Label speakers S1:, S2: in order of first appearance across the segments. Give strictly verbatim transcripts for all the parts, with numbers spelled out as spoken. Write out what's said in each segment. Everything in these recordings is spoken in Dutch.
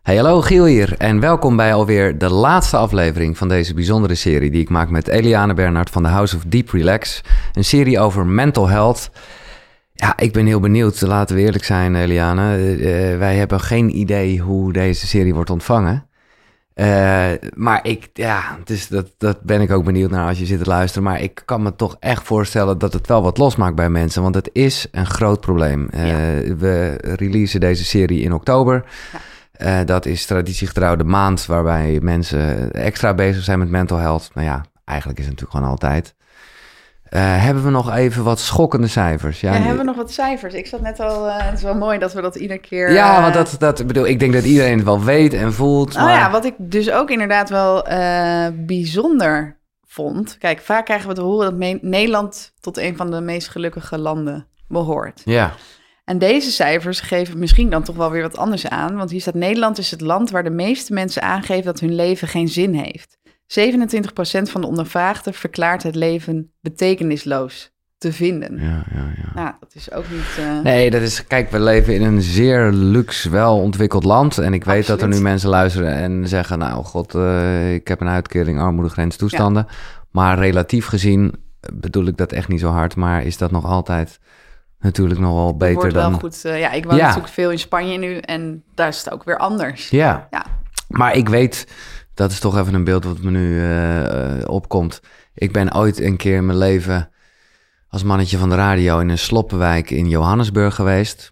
S1: Hey, hallo, Giel hier en welkom bij alweer de laatste aflevering van deze bijzondere serie die ik maak met Eliane Bernhard van The House of Deep Relax. Een serie over mental health. Ja, ik ben heel benieuwd, laten we eerlijk zijn, Eliane. Uh, wij hebben geen idee hoe deze serie wordt ontvangen. Uh, maar ik, ja, dus dat, dat ben ik ook benieuwd naar als je zit te luisteren. Maar ik kan me toch echt voorstellen dat het wel wat losmaakt bij mensen. Want het is een groot probleem. Uh, ja. We releasen deze serie in oktober. Ja. Uh, dat is traditiegetrouw de maand waarbij mensen extra bezig zijn met mental health. Nou ja, eigenlijk is het natuurlijk gewoon altijd. Uh, hebben we nog even wat schokkende cijfers?
S2: Ja, ja hebben we nog wat cijfers? Ik zat net al, uh, het is wel mooi dat we dat iedere keer...
S1: Ja, uh... want dat, dat bedoel, ik denk dat iedereen het wel weet en voelt.
S2: Nou maar... ja, wat ik dus ook inderdaad wel uh, bijzonder vond. Kijk, vaak krijgen we te horen dat me- Nederland tot een van de meest gelukkige landen behoort.
S1: Ja.
S2: En deze cijfers geven misschien dan toch wel weer wat anders aan. Want hier staat: Nederland is het land waar de meeste mensen aangeven dat hun leven geen zin heeft. zevenentwintig procent van de ondervraagden verklaart het leven betekenisloos te vinden.
S1: Ja, ja, ja.
S2: Nou, dat is ook niet... Uh...
S1: Nee, dat is... Kijk, we leven in een zeer luxe, wel ontwikkeld land. En ik weet Absoluut. dat er nu mensen luisteren en zeggen... nou, god, uh, ik heb een uitkering, armoedegrens, toestanden. Ja. Maar relatief gezien bedoel ik dat echt niet zo hard. Maar is dat nog altijd... natuurlijk nog wel beter
S2: wordt
S1: dan...
S2: wel goed. Uh, ja, ik woon
S1: ja.
S2: natuurlijk veel in Spanje nu en daar is het ook weer anders.
S1: Ja,
S2: ja.
S1: Maar ik weet, dat is toch even een beeld wat me nu uh, uh, opkomt. Ik ben ooit een keer in mijn leven als mannetje van de radio in een sloppenwijk in Johannesburg geweest.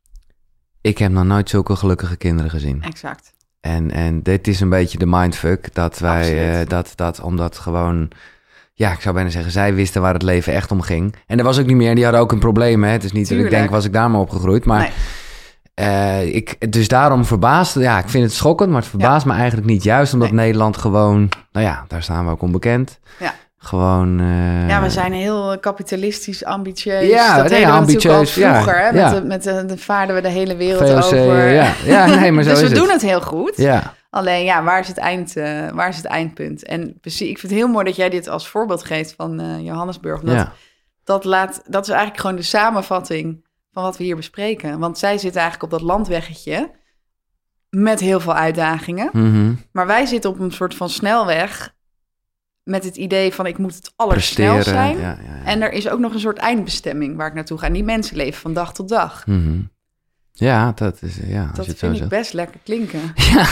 S1: Ik heb nog nooit zulke gelukkige kinderen gezien.
S2: Exact.
S1: En, en dit is een beetje de mindfuck dat wij, uh, dat, dat omdat gewoon... Ja, ik zou bijna zeggen, zij wisten waar het leven echt om ging. En er was ook niet meer, en die hadden ook een probleem. Hè? Het is niet Tuurlijk. dat ik denk, was ik daar maar opgegroeid. Maar nee. uh, ik, dus daarom verbaasd. Ja, ik vind het schokkend, maar het verbaast ja. me eigenlijk niet. Juist omdat nee. Nederland gewoon, nou ja, daar staan we ook onbekend.
S2: Ja.
S1: Gewoon... Uh...
S2: Ja, we zijn heel kapitalistisch, ambitieus.
S1: Ja,
S2: dat
S1: nee, ambitieus.
S2: Al vroeger,
S1: ja,
S2: hè? Met,
S1: ja.
S2: de, met de, de vaarden we de hele wereld
S1: V O C,
S2: over.
S1: Ja, ja nee, maar zo
S2: dus
S1: is
S2: we
S1: het.
S2: doen het heel goed.
S1: Ja.
S2: Alleen, ja, waar is het, eind, uh, waar is het eindpunt? En precies, ik vind het heel mooi dat jij dit als voorbeeld geeft van uh, Johannesburg. Dat,
S1: ja.
S2: dat, laat, dat is eigenlijk gewoon de samenvatting van wat we hier bespreken. Want zij zitten eigenlijk op dat landweggetje met heel veel uitdagingen.
S1: Mm-hmm.
S2: Maar wij zitten op een soort van snelweg met het idee van ik moet het allersnelst zijn.
S1: Ja, ja, ja.
S2: En er is ook nog een soort eindbestemming waar ik naartoe ga. En die mensen leven van dag tot dag.
S1: Mm-hmm. Ja, dat is... Ja,
S2: dat
S1: als je het
S2: vind
S1: zo
S2: ik
S1: zegt.
S2: best lekker klinken.
S1: Ja,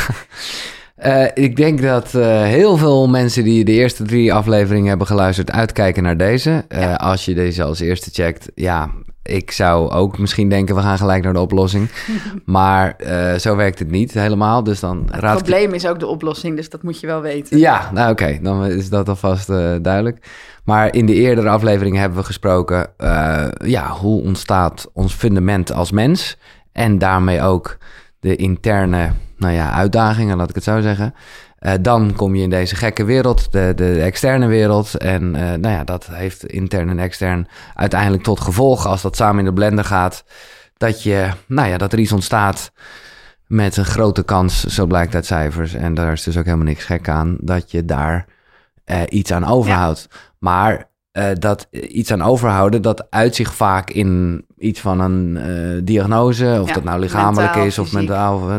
S1: uh, ik denk dat uh, heel veel mensen die de eerste drie afleveringen hebben geluisterd uitkijken naar deze. Uh, ja. Als je deze als eerste checkt, ja, ik zou ook misschien denken we gaan gelijk naar de oplossing. Maar uh, zo werkt het niet helemaal. Dus dan
S2: het
S1: raad
S2: probleem ik... is ook de oplossing, dus dat moet je wel weten.
S1: Ja, nou oké, okay, dan is dat alvast uh, duidelijk. Maar in de eerdere afleveringen hebben we gesproken, uh, ja, hoe ontstaat ons fundament als mens? En daarmee ook de interne, nou ja, uitdagingen, laat ik het zo zeggen. Uh, dan kom je in deze gekke wereld, de, de externe wereld. En uh, nou ja, dat heeft intern en extern uiteindelijk tot gevolg, als dat samen in de blender gaat, dat je, nou ja, dat er iets ontstaat met een grote kans, zo blijkt uit cijfers. En daar is dus ook helemaal niks gek aan, dat je daar uh, iets aan overhoudt. Ja. Maar uh, dat iets aan overhouden, dat uit zich vaak in iets van een uh, diagnose, of ja, dat nou lichamelijk mentaal, is of fysiek. Mentaal.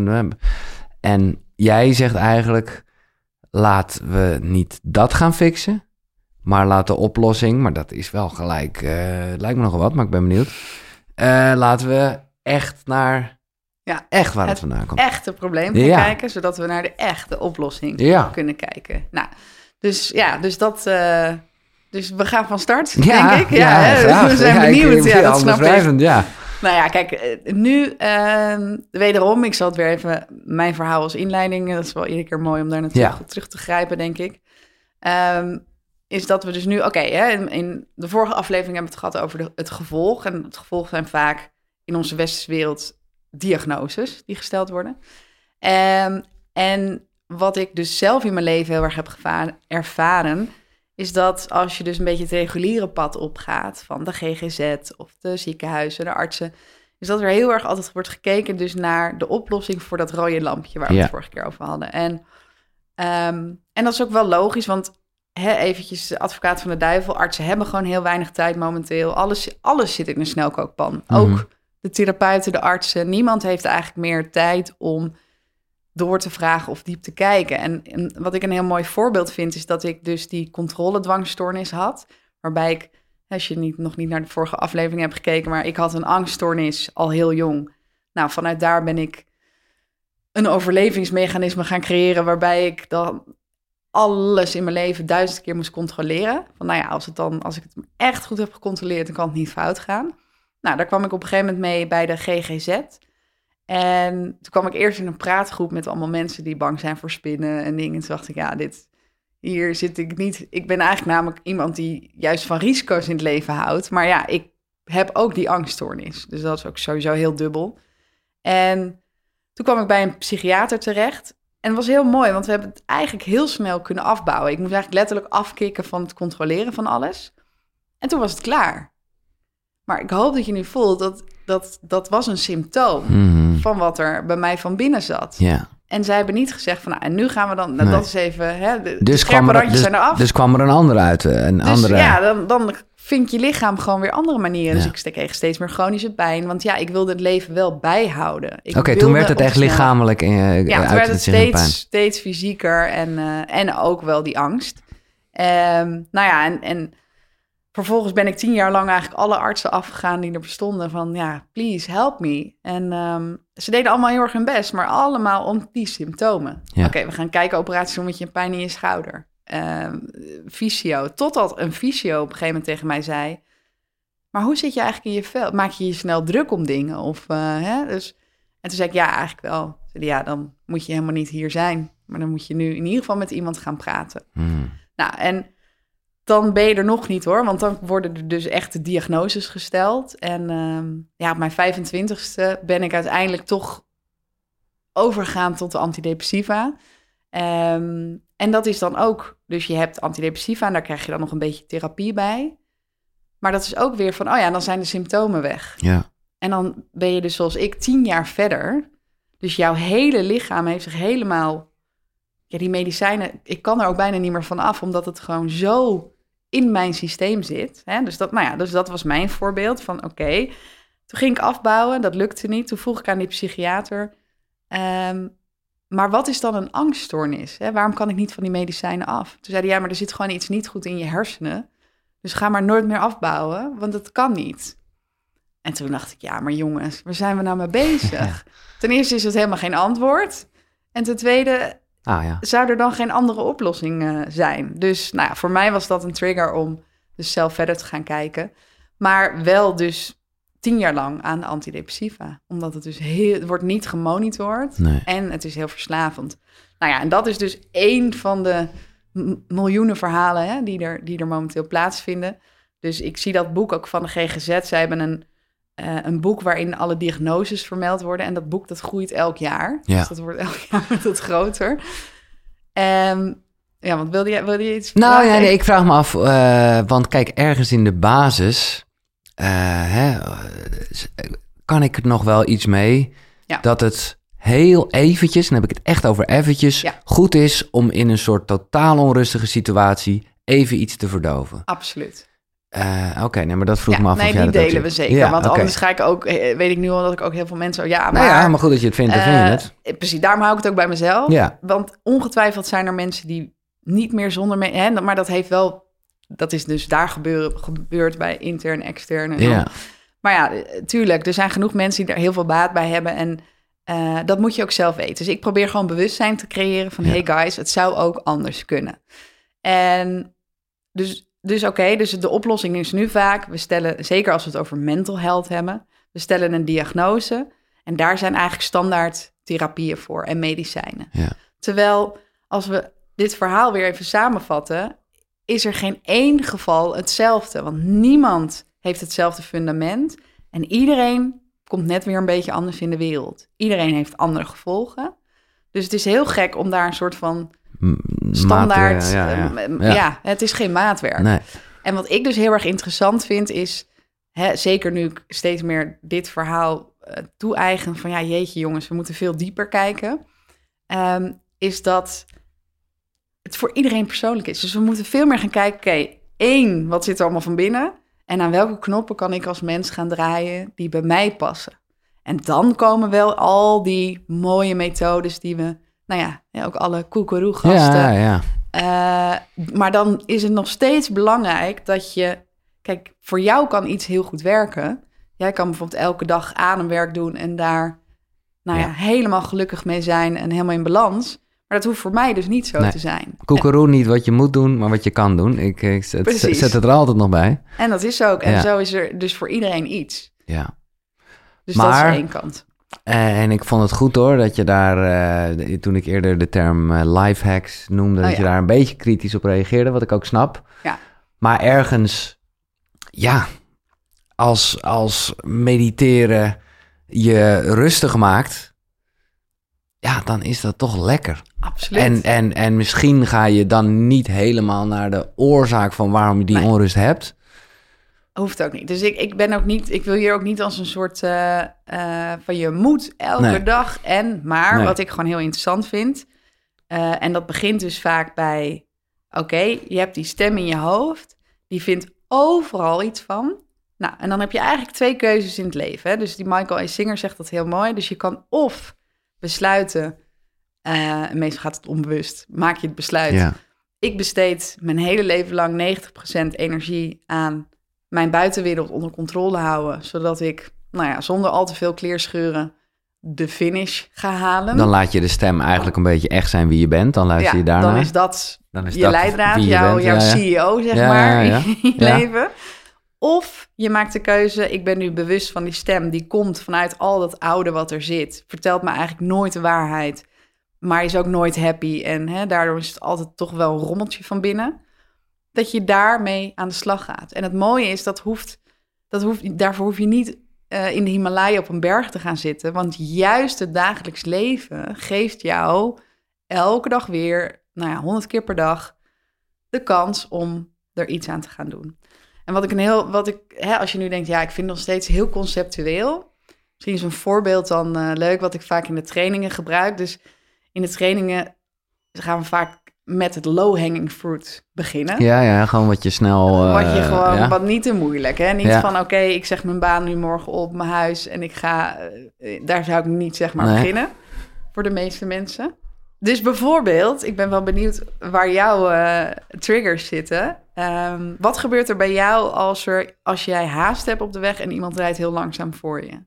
S1: En jij zegt eigenlijk, laten we niet dat gaan fixen, maar laat de oplossing, maar dat is wel gelijk, uh, lijkt me nogal wat, maar ik ben benieuwd. Uh, laten we echt naar,
S2: ja,
S1: echt waar het,
S2: het
S1: vandaan komt.
S2: echte probleem gaan ja. kijken, zodat we naar de echte oplossing ja. kunnen kijken. Nou, dus ja, dus dat... Uh, Dus we gaan van start,
S1: ja,
S2: denk ik. Ja,
S1: ja,
S2: ja we zijn
S1: ja,
S2: benieuwd.
S1: Ik,
S2: ja, dat snap ik.
S1: Ja.
S2: Nou ja, kijk, nu uh, wederom, ik zal het weer even, mijn verhaal als inleiding, dat is wel iedere keer mooi om daar naartoe ja. terug te grijpen, denk ik. Um, is dat we dus nu, oké, okay, in, in de vorige aflevering hebben we het gehad over de, het gevolg. En het gevolg zijn vaak in onze westerse wereld diagnoses die gesteld worden. Um, en wat ik dus zelf in mijn leven heel erg heb geva- ervaren... is dat als je dus een beetje het reguliere pad opgaat van de G G Z of de ziekenhuizen, de artsen, is dat er heel erg altijd wordt gekeken dus naar de oplossing voor dat rode lampje waar we ja. het vorige keer over hadden. En, um, en dat is ook wel logisch, want hè, eventjes de advocaat van de duivel, artsen hebben gewoon heel weinig tijd momenteel. Alles, alles zit in een snelkookpan. Mm-hmm. Ook de therapeuten, de artsen. Niemand heeft eigenlijk meer tijd om door te vragen of diep te kijken. En, en wat ik een heel mooi voorbeeld vind, is dat ik dus die controledwangstoornis had, waarbij ik, als je niet, nog niet naar de vorige aflevering hebt gekeken, maar ik had een angststoornis al heel jong. Nou, vanuit daar ben ik een overlevingsmechanisme gaan creëren, waarbij ik dan alles in mijn leven duizend keer moest controleren. Van nou ja, als, het dan, als ik het echt goed heb gecontroleerd, dan kan het niet fout gaan. Nou, daar kwam ik op een gegeven moment mee bij de G G Z. En toen kwam ik eerst in een praatgroep met allemaal mensen die bang zijn voor spinnen en dingen. En toen dacht ik, ja, dit, hier zit ik niet. Ik ben eigenlijk namelijk iemand die juist van risico's in het leven houdt. Maar ja, ik heb ook die angststoornis. Dus dat is ook sowieso heel dubbel. En toen kwam ik bij een psychiater terecht. En het was heel mooi, want we hebben het eigenlijk heel snel kunnen afbouwen. Ik moest eigenlijk letterlijk afkicken van het controleren van alles. En toen was het klaar. Maar ik hoop dat je nu voelt dat dat, dat was een symptoom mm-hmm. van wat er bij mij van binnen zat.
S1: Ja.
S2: En zij hebben niet gezegd van, nou, en nu gaan we dan, nou, nee. dat is even, hè, de,
S1: dus
S2: de scherpe randjes
S1: dus,
S2: zijn eraf.
S1: Dus kwam er een andere uit. Een
S2: dus
S1: andere...
S2: ja, dan, dan vindt je lichaam gewoon weer andere manieren.
S1: Ja.
S2: Dus ik kreeg steeds meer chronische pijn. Want ja, ik wilde het leven wel bijhouden.
S1: Oké, okay, toen werd het echt lichamelijk uh,
S2: ja, toen werd het steeds, steeds fysieker en, uh, en ook wel die angst. Um, nou ja, en... en vervolgens ben ik tien jaar lang eigenlijk alle artsen afgegaan die er bestonden van, ja, please help me. En um, ze deden allemaal heel erg hun best, maar allemaal om die symptomen. Ja. Oké, okay, we gaan kijken, operaties doen met je pijn in je schouder. Um, fysio, totdat een fysio op een gegeven moment tegen mij zei, maar hoe zit je eigenlijk in je vel? Maak je je snel druk om dingen? Of, uh, hè? Dus, en toen zei ik, ja, eigenlijk wel. Zei, ja, dan moet je helemaal niet hier zijn. Maar dan moet je nu in ieder geval met iemand gaan praten. Hmm. Nou, en dan ben je er nog niet hoor, want dan worden er dus echt de diagnoses gesteld. En um, ja, op mijn vijfentwintigste ben ik uiteindelijk toch overgegaan tot de antidepressiva. Um, en dat is dan ook, dus je hebt antidepressiva en daar krijg je dan nog een beetje therapie bij. Maar dat is ook weer van, oh ja, dan zijn de symptomen weg.
S1: Ja.
S2: En dan ben je dus zoals ik tien jaar verder. Dus jouw hele lichaam heeft zich helemaal... Ja, die medicijnen, ik kan er ook bijna niet meer van af, omdat het gewoon zo in mijn systeem zit. Hè? Dus, dat, nou ja, dus dat was mijn voorbeeld van oké. Okay. Toen ging ik afbouwen, dat lukte niet. Toen vroeg ik aan die psychiater, um, maar wat is dan een angststoornis? Hè? Waarom kan ik niet van die medicijnen af? Toen zei hij, ja, maar er zit gewoon iets niet goed in je hersenen. Dus ga maar nooit meer afbouwen, want dat kan niet. En toen dacht ik, ja, maar jongens, waar zijn we nou mee bezig? Ten eerste is het helemaal geen antwoord. En ten tweede...
S1: Ah, ja.
S2: Zou er dan geen andere oplossing uh, zijn? Dus nou ja, voor mij was dat een trigger om dus zelf verder te gaan kijken. Maar wel dus tien jaar lang aan de antidepressiva. Omdat het dus heel, het wordt niet gemonitord
S1: nee.
S2: en het is heel verslavend. Nou ja, en dat is dus één van de m- miljoenen verhalen hè, die, er, die er momenteel plaatsvinden. Dus ik zie dat boek ook van de G G Z. Zij hebben een, uh, een boek waarin alle diagnoses vermeld worden. En dat boek dat groeit elk jaar.
S1: Ja.
S2: Dus dat wordt elk jaar wat groter. Um, ja, want wilde je, wilde je iets
S1: Nou
S2: vragen?
S1: ja, nee, ik vraag me af, uh, want kijk, ergens in de basis uh, hè, kan ik er nog wel iets mee
S2: ja.
S1: dat het heel eventjes, dan heb ik het echt over eventjes,
S2: ja.
S1: goed is om in een soort totaal onrustige situatie even iets te verdoven.
S2: Absoluut.
S1: Uh, Oké, okay, nee, maar dat vroeg
S2: ja,
S1: me af.
S2: Nee,
S1: of
S2: die
S1: jij
S2: delen
S1: dat
S2: we zeker.
S1: ja,
S2: want
S1: okay.
S2: anders ga ik ook, weet ik nu al dat ik ook heel veel mensen... Ja, maar,
S1: nou ja, maar goed dat je het vindt, dan vind je het.
S2: Uh, precies, daarom hou ik het ook bij mezelf.
S1: Ja.
S2: Want ongetwijfeld zijn er mensen die niet meer zonder... Me- hè, maar dat heeft wel... Dat is dus daar gebeuren, gebeurd bij intern, extern. En
S1: ja.
S2: Maar ja, tuurlijk, er zijn genoeg mensen die er heel veel baat bij hebben. En uh, dat moet je ook zelf weten. Dus ik probeer gewoon bewustzijn te creëren van... Ja. Hey guys, het zou ook anders kunnen. En dus... Dus oké, okay, dus de oplossing is nu vaak, we stellen, zeker als we het over mental health hebben, we stellen een diagnose en daar zijn eigenlijk standaard therapieën voor en medicijnen.
S1: Ja.
S2: Terwijl als we dit verhaal weer even samenvatten, is er geen één geval hetzelfde, want niemand heeft hetzelfde fundament en iedereen komt net weer een beetje anders in de wereld. Iedereen heeft andere gevolgen. Dus het is heel gek om daar een soort van... standaard,
S1: maatwerk, ja, ja.
S2: Uh, ja. ja, het is geen maatwerk.
S1: Nee.
S2: En wat ik dus heel erg interessant vind is, hè, zeker nu ik steeds meer dit verhaal uh, toe-eigen van ja, jeetje jongens, we moeten veel dieper kijken, um, is dat het voor iedereen persoonlijk is. Dus we moeten veel meer gaan kijken, oké, okay, één, wat zit er allemaal van binnen? En aan welke knoppen kan ik als mens gaan draaien die bij mij passen? En dan komen wel al die mooie methodes die we nou ja, ja ook alle koekeroe-gasten.
S1: Ja, ja.
S2: Uh, maar dan is het nog steeds belangrijk dat je... Kijk, voor jou kan iets heel goed werken. Jij kan bijvoorbeeld elke dag ademwerk doen en daar nou ja, ja. helemaal gelukkig mee zijn en helemaal in balans. Maar dat hoeft voor mij dus niet zo nee. te zijn.
S1: Koekeroe niet wat je moet doen, maar wat je kan doen. Ik, ik zet, zet het er altijd nog bij.
S2: En dat is ook. En ja. zo is er dus voor iedereen iets.
S1: Ja.
S2: Dus
S1: maar,
S2: dat is één kant.
S1: En ik vond het goed hoor, dat je daar, uh, toen ik eerder de term uh, life hacks noemde, oh, dat ja. je daar een beetje kritisch op reageerde, wat ik ook snap.
S2: Ja.
S1: Maar ergens, ja, als, als mediteren je rustig maakt, ja, dan is dat toch lekker.
S2: Absoluut.
S1: En, en, en misschien ga je dan niet helemaal naar de oorzaak van waarom je die nee. onrust hebt.
S2: Hoeft ook niet. Dus ik, ik ben ook niet, ik wil hier ook niet als een soort uh, uh, van je moet elke nee. dag en, maar nee. wat ik gewoon heel interessant vind. Uh, en dat begint dus vaak bij, oké, okay, je hebt die stem in je hoofd, die vindt overal iets van. Nou, en dan heb je eigenlijk twee keuzes in het leven. Hè? Dus die Michael A. Singer zegt dat heel mooi. Dus je kan of besluiten, uh, meestal gaat het onbewust, maak je het besluit.
S1: Ja.
S2: Ik besteed mijn hele leven lang negentig procent energie aan mijn buitenwereld onder controle houden, zodat ik, nou ja, zonder al te veel kleerscheuren de finish ga halen.
S1: Dan laat je de stem eigenlijk een beetje echt zijn wie je bent. Dan luister
S2: ja,
S1: je daarnaar.
S2: Dan is dat dan is je
S1: dat
S2: leidraad, jouw, jouw ja, ja. C E O, zeg ja, maar, ja, ja. in je ja. leven. Of je maakt de keuze, ik ben nu bewust van die stem, die komt vanuit al dat oude wat er zit. Vertelt me eigenlijk nooit de waarheid, maar is ook nooit happy. En hè, daardoor is het altijd toch wel een rommeltje van binnen. Dat je daarmee aan de slag gaat. En het mooie is, dat hoeft, dat hoeft, daarvoor hoef je niet uh, in de Himalaya op een berg te gaan zitten. Want juist het dagelijks leven geeft jou elke dag weer, nou ja, honderd keer per dag, de kans om er iets aan te gaan doen. En wat ik een heel, wat ik, hè, als je nu denkt, ja, ik vind het nog steeds heel conceptueel. Misschien is een voorbeeld dan uh, leuk, wat ik vaak in de trainingen gebruik. Dus in de trainingen gaan we vaak met het low-hanging fruit beginnen.
S1: Ja, ja, gewoon wat je snel... Uh,
S2: wat je gewoon,
S1: ja.
S2: wat niet te moeilijk, hè? Niet
S1: ja.
S2: van, oké, okay, ik zeg mijn baan nu morgen op, mijn huis, en ik ga... Uh, daar zou ik niet, zeg maar, nee. beginnen. Voor de meeste mensen. Dus bijvoorbeeld, ik ben wel benieuwd waar jouw uh, triggers zitten. Um, wat gebeurt er bij jou als, er, als jij haast hebt op de weg en iemand rijdt heel langzaam voor je?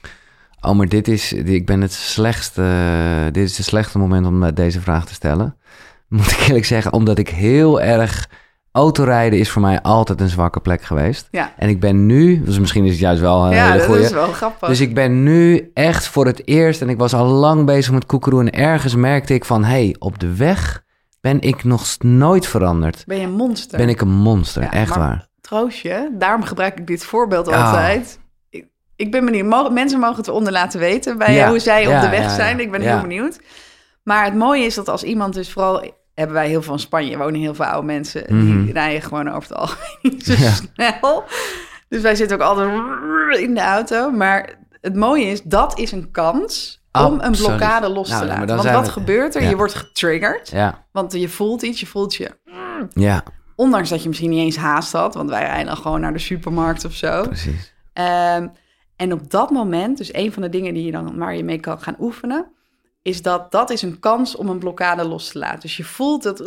S1: Oh, maar dit is... Ik ben het slechtste... Uh, dit is het slechtste moment om deze vraag te stellen. Moet ik eerlijk zeggen, omdat ik heel erg... Autorijden is voor mij altijd een zwakke plek geweest.
S2: Ja.
S1: En ik ben nu... Dus misschien is het juist wel een
S2: ja,
S1: hele goeie.
S2: Ja, dat is wel grappig.
S1: Dus ik ben nu echt voor het eerst... En ik was al lang bezig met koekeroe. En ergens merkte ik van... Hé, hey, op de weg ben ik nog nooit veranderd.
S2: Ben je een monster?
S1: Ben ik een monster, ja, echt waar.
S2: Troostje, daarom gebruik ik dit voorbeeld altijd. Oh. Ik, ik ben benieuwd. Mogen, mensen mogen het eronder laten weten... bij ja. hoe zij ja, op de weg ja, zijn. Ja, ik ben ja. heel benieuwd. Maar het mooie is dat als iemand dus vooral... hebben wij heel veel in Spanje, wonen heel veel oude mensen. Mm-hmm. Die rijden gewoon over het algemeen niet zo ja. snel. Dus wij zitten ook altijd in de auto. Maar het mooie is, dat is een kans om Absoluut. een blokkade los nou, te laten. Want wat we... gebeurt er? Ja. Je wordt getriggerd.
S1: Ja.
S2: Want je voelt iets, je voelt je...
S1: Ja.
S2: Ondanks dat je misschien niet eens haast had. Want wij rijden dan gewoon naar de supermarkt of zo.
S1: Precies.
S2: Um, en op dat moment, dus een van de dingen die je dan, waar je mee kan gaan oefenen... is dat dat is een kans om een blokkade los te laten. Dus je voelt het...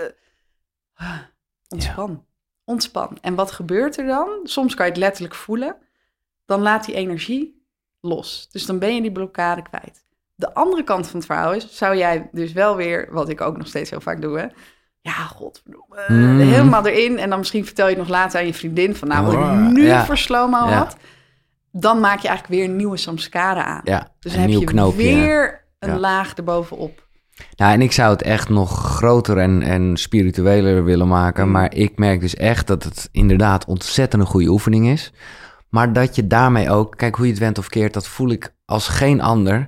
S2: Uh, ontspan. Ja. Ontspan. En wat gebeurt er dan? Soms kan je het letterlijk voelen. Dan laat die energie los. Dus dan ben je die blokkade kwijt. De andere kant van het verhaal is... zou jij dus wel weer... wat ik ook nog steeds heel vaak doe... Hè, ja, godverdomme. Mm. Helemaal erin. En dan misschien vertel je het nog later aan je vriendin... van nou, wat ik nu ja. voor slow-mo ja. had... dan maak je eigenlijk weer een nieuwe samskade aan.
S1: Ja,
S2: dus dan heb je knoopje, weer... een ja. laag erbovenop.
S1: Nou, en ik zou het echt nog groter en, en spiritueler willen maken. Mm. Maar ik merk dus echt dat het inderdaad ontzettend een goede oefening is. Maar dat je daarmee ook... Kijk, hoe je het went of keert, dat voel ik als geen ander.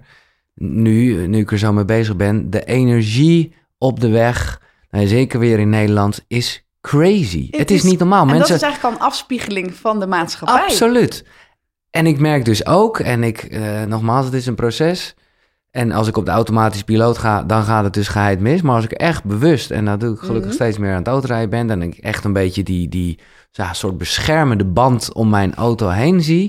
S1: Nu, nu ik er zo mee bezig ben. De energie op de weg, nou, zeker weer in Nederland, is crazy. Het, het is, is niet normaal.
S2: En
S1: Mensen,
S2: dat is eigenlijk al een afspiegeling van de maatschappij.
S1: Absoluut. En ik merk dus ook, en ik, uh, nogmaals, het is een proces... En als ik op de automatische piloot ga, dan gaat het dus geheid mis. Maar als ik echt bewust, en dat doe ik gelukkig mm-hmm. steeds meer aan het autorijden ben... dan ik echt een beetje die, die ja, soort beschermende band om mijn auto heen zie...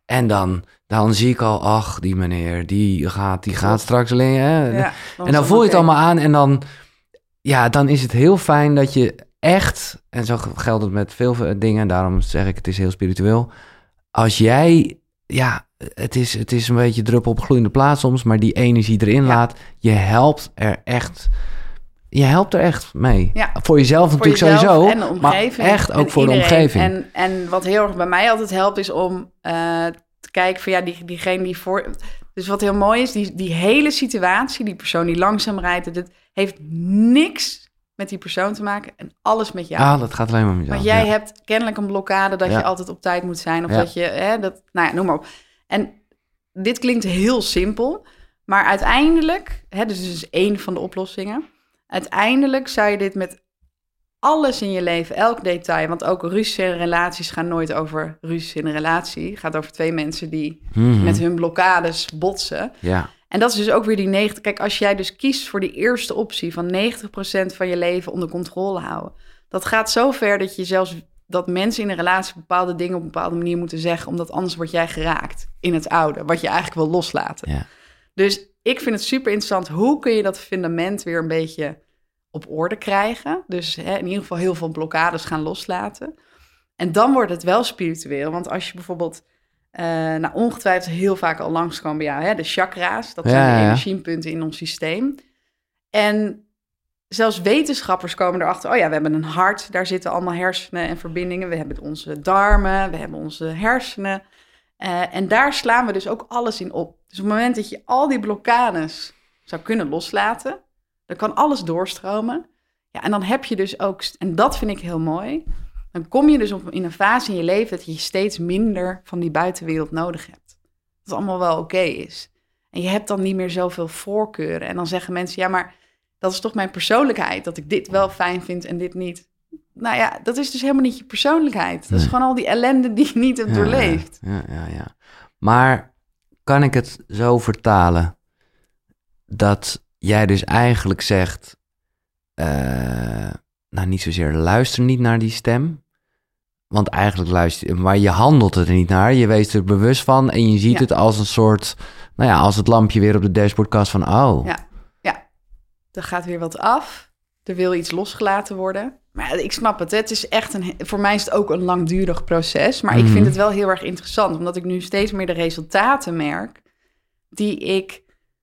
S1: En dan, dan zie ik al, ach, die meneer, die gaat, die gaat straks alleen. Hè? Ja, dan en dan voel je het allemaal aan en dan, ja, dan is het heel fijn dat je echt, en zo geldt het met veel dingen, daarom zeg ik, het is heel spiritueel. Als jij, ja, het is, het is een beetje druppel op gloeiende plaat soms, maar die energie erin ja. laat, je helpt er echt... Je helpt er echt mee. Ja. Voor jezelf voor natuurlijk jezelf sowieso, en de omgeving, maar echt ook voor iedereen. De omgeving.
S2: En, en wat heel erg bij mij altijd helpt, is om uh, te kijken van ja, die, diegene die voor... Dus wat heel mooi is, die, die hele situatie, die persoon die langzaam rijdt, dat heeft niks met die persoon te maken en alles met jou.
S1: Ah, dat gaat alleen maar met jou.
S2: Want jij
S1: ja.
S2: hebt kennelijk een blokkade dat ja. je altijd op tijd moet zijn. Of ja. dat je, hè, dat, nou ja, noem maar op. En dit klinkt heel simpel, maar uiteindelijk, hè, dus dit is één van de oplossingen. Uiteindelijk zou je dit met alles in je leven, elk detail... want ook ruzies en relaties gaan nooit over ruzies in een relatie. Het gaat over twee mensen die mm-hmm. met hun blokkades botsen.
S1: Ja.
S2: En dat is dus ook weer die negentig... Kijk, als jij dus kiest voor die eerste optie... van negentig procent van je leven onder controle houden... dat gaat zo ver dat je zelfs... dat mensen in een relatie bepaalde dingen op een bepaalde manier moeten zeggen... omdat anders word jij geraakt in het oude... wat je eigenlijk wil loslaten.
S1: Ja.
S2: Dus ik vind het super interessant... hoe kun je dat fundament weer een beetje op orde krijgen? Dus hè, in ieder geval heel veel blokkades gaan loslaten. En dan wordt het wel spiritueel. Want als je bijvoorbeeld... Uh, nou, ongetwijfeld heel vaak al langskomen bij jou... Hè, de chakra's, dat zijn ja, de energiepunten in ons systeem. En zelfs wetenschappers komen erachter... oh ja, we hebben een hart, daar zitten allemaal hersenen en verbindingen. We hebben onze darmen, we hebben onze hersenen... Uh, en daar slaan we dus ook alles in op. Dus op het moment dat je al die blokkades zou kunnen loslaten... dan kan alles doorstromen. Ja, en dan heb je dus ook... en dat vind ik heel mooi... dan kom je dus op, in een fase in je leven... dat je steeds minder van die buitenwereld nodig hebt. Dat het allemaal wel oké okay is. En je hebt dan niet meer zoveel voorkeuren. En dan zeggen mensen... ja, maar dat is toch mijn persoonlijkheid... dat ik dit wel fijn vind en dit niet... Nou ja, dat is dus helemaal niet je persoonlijkheid. Dat nee. is gewoon al die ellende die je niet hebt ja, doorleefd.
S1: Ja, ja, ja. Maar kan ik het zo vertalen... dat jij dus eigenlijk zegt... Uh, nou, niet zozeer luister niet naar die stem... want eigenlijk luister je... maar je handelt er niet naar. Je wees er bewust van... en je ziet ja. het als een soort... nou ja, als het lampje weer op de dashboardkast van... oh.
S2: Ja, ja. Er gaat weer wat af. Er wil iets losgelaten worden... Maar ik snap het, hè. Het is echt een, voor mij is het ook een langdurig proces. Maar mm-hmm. ik vind het wel heel erg interessant. Omdat ik nu steeds meer de resultaten merk die ik...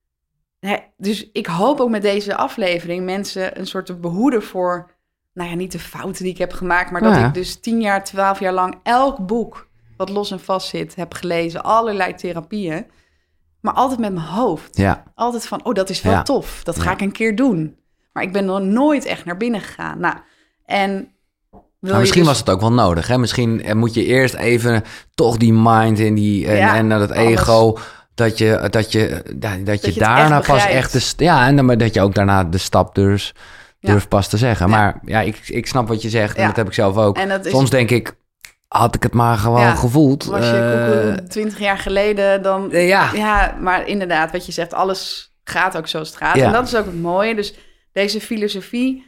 S2: Hè, dus ik hoop ook met deze aflevering mensen een soort behoeden voor... Nou ja, niet de fouten die ik heb gemaakt. Maar dat ja. ik dus tien jaar, twaalf jaar lang elk boek wat los en vast zit heb gelezen. Allerlei therapieën. Maar altijd met mijn hoofd.
S1: Ja.
S2: Altijd van, oh, dat is wel ja. tof. Dat ga ja. ik een keer doen. Maar ik ben nog nooit echt naar binnen gegaan. Nou... En
S1: maar misschien dus... was het ook wel nodig. Hè? Misschien moet je eerst even toch die mind en, die, en, ja, en dat ego... dat je, dat je, dat, dat je, je daarna echt pas echt... De, ja, en dan, dat je ook daarna de stap durft, durft ja. pas te zeggen. Ja. Maar ja, ik, ik snap wat je zegt. En ja. dat heb ik zelf ook. Soms is... denk ik, had ik het maar gewoon ja. gevoeld.
S2: Was je uh, twintig jaar geleden dan...
S1: Uh, ja.
S2: ja, maar inderdaad, wat je zegt, alles gaat ook zoals het gaat. Ja. En dat is ook het mooie. Dus deze filosofie...